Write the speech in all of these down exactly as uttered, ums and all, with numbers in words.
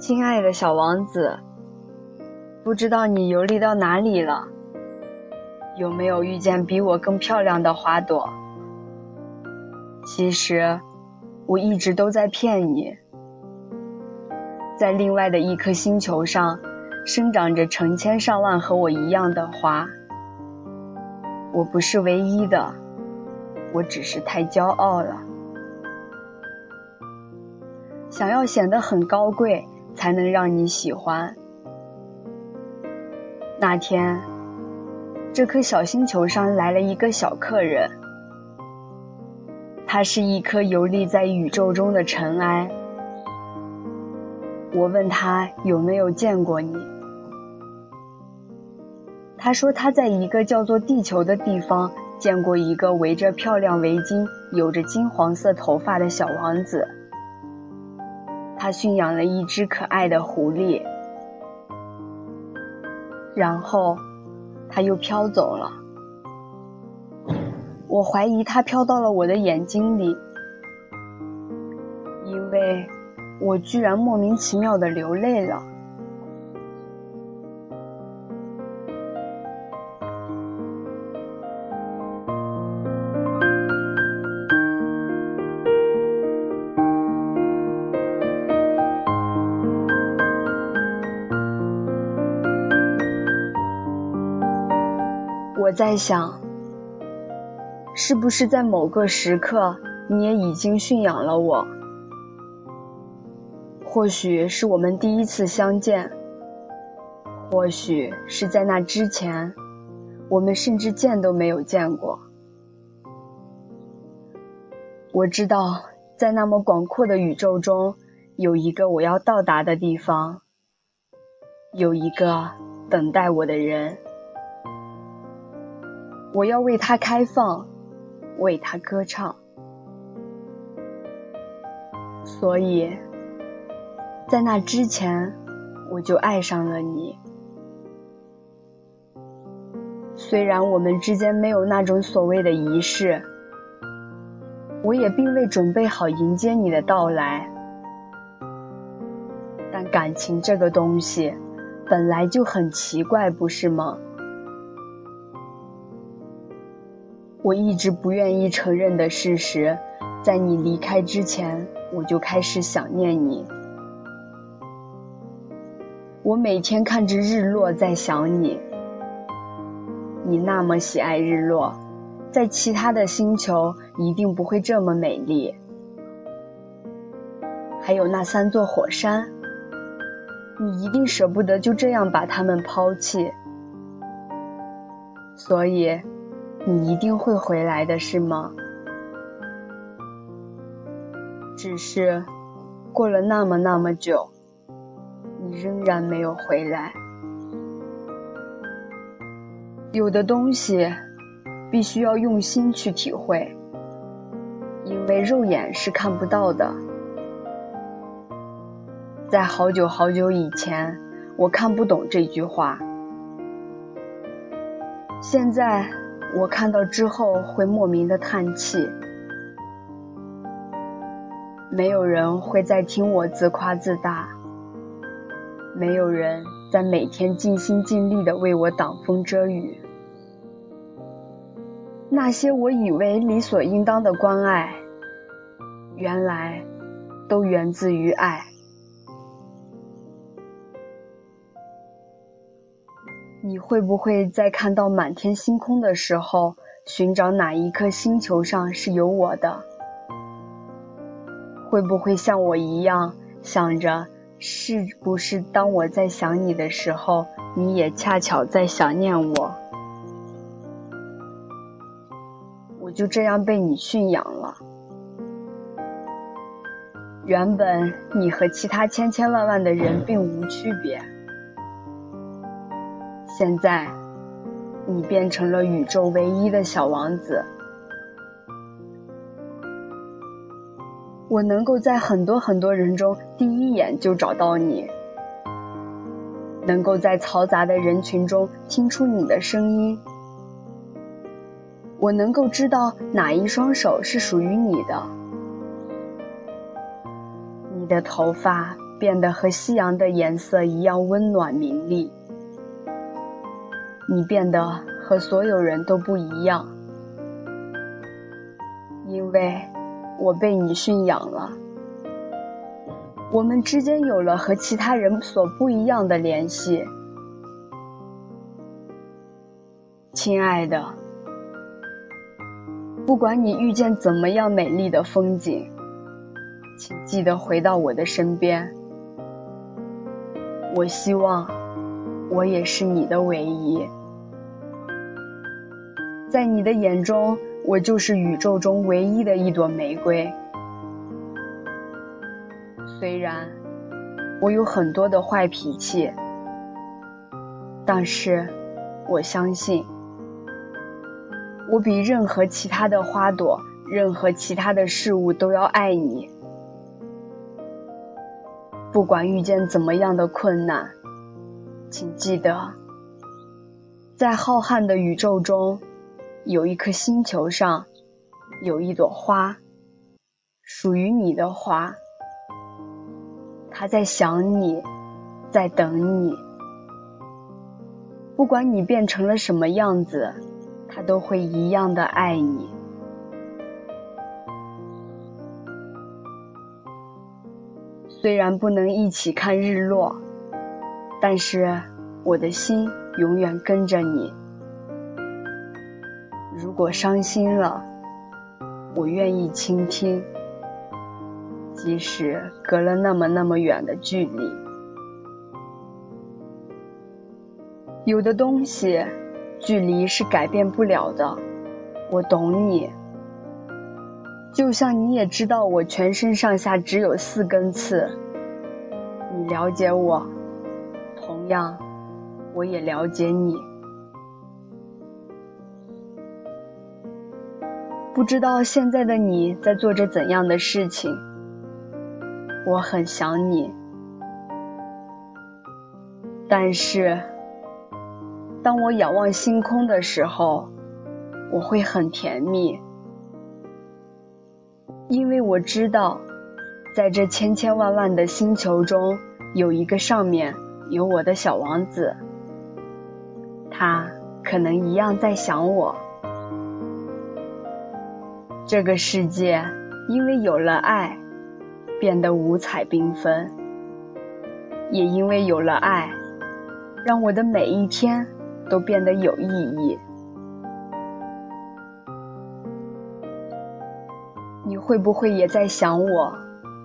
亲爱的小王子，不知道你游历到哪里了？有没有遇见比我更漂亮的花朵？其实，我一直都在骗你。在另外的一颗星球上，生长着成千上万和我一样的花。我不是唯一的，我只是太骄傲了。想要显得很高贵，才能让你喜欢。那天，这颗小星球上来了一个小客人，他是一颗游历在宇宙中的尘埃。我问他有没有见过你，他说他在一个叫做地球的地方见过一个围着漂亮围巾、有着金黄色头发的小王子。他驯养了一只可爱的狐狸，然后他又飘走了。我怀疑他飘到了我的眼睛里，因为我居然莫名其妙地流泪了。我在想，是不是在某个时刻，你也已经驯养了我？或许是我们第一次相见，或许是在那之前，我们甚至见都没有见过。我知道，在那么广阔的宇宙中，有一个我要到达的地方，有一个等待我的人。我要为他开放，为他歌唱。所以，在那之前，我就爱上了你。虽然我们之间没有那种所谓的仪式，我也并未准备好迎接你的到来，但感情这个东西，本来就很奇怪，不是吗？我一直不愿意承认的事实，在你离开之前，我就开始想念你。我每天看着日落在想你。你那么喜爱日落，在其他的星球一定不会这么美丽。还有那三座火山，你一定舍不得就这样把它们抛弃。所以你一定会回来的，是吗？只是过了那么那么久，你仍然没有回来。有的东西必须要用心去体会，因为肉眼是看不到的。在好久好久以前，我看不懂这句话。现在我看到之后会莫名的叹气。没有人会再听我自夸自大，没有人在每天尽心尽力地为我挡风遮雨。那些我以为理所应当的关爱，原来都源自于爱。你会不会在看到满天星空的时候，寻找哪一颗星球上是有我的？会不会像我一样，想着是不是当我在想你的时候，你也恰巧在想念我？我就这样被你驯养了。原本你和其他千千万万的人并无区别，现在你变成了宇宙唯一的小王子。我能够在很多很多人中第一眼就找到你，能够在嘈杂的人群中听出你的声音。我能够知道哪一双手是属于你的。你的头发变得和夕阳的颜色一样温暖明丽，你变得和所有人都不一样，因为我被你驯养了。我们之间有了和其他人所不一样的联系。亲爱的，不管你遇见怎么样美丽的风景，请记得回到我的身边。我希望我也是你的唯一。在你的眼中，我就是宇宙中唯一的一朵玫瑰。虽然我有很多的坏脾气，但是我相信，我比任何其他的花朵，任何其他的事物都要爱你。不管遇见怎么样的困难，请记得，在浩瀚的宇宙中，有一颗星球上，有一朵花，属于你的花。它在想你，在等你。不管你变成了什么样子，它都会一样的爱你。虽然不能一起看日落，但是我的心永远跟着你。如果伤心了，我愿意倾听，即使隔了那么那么远的距离。有的东西，距离是改变不了的，我懂你。就像你也知道我全身上下只有四根刺，你了解我，同样，我也了解你。不知道现在的你在做着怎样的事情，我很想你。但是，当我仰望星空的时候，我会很甜蜜。因为我知道，在这千千万万的星球中，有一个上面有我的小王子，他可能一样在想我。这个世界因为有了爱，变得五彩缤纷，也因为有了爱，让我的每一天都变得有意义。你会不会也在想我？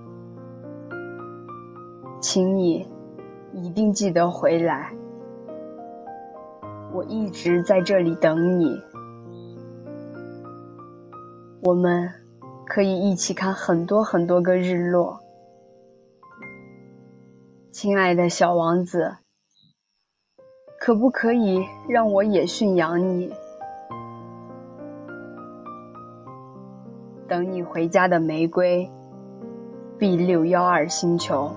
请你一定记得回来，我一直在这里等你。我们可以一起看很多很多个日落。亲爱的小王子，可不可以让我也驯养你？等你回家的玫瑰 B 六一二 星球。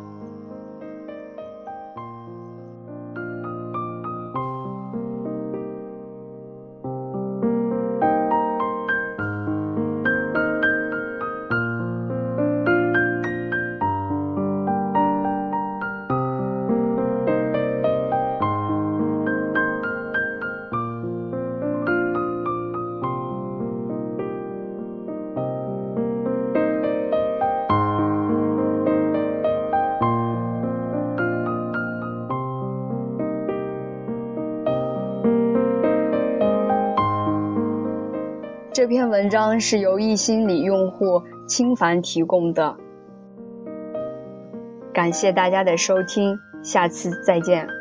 这篇文章是由易心理用户清凡提供的，感谢大家的收听，下次再见。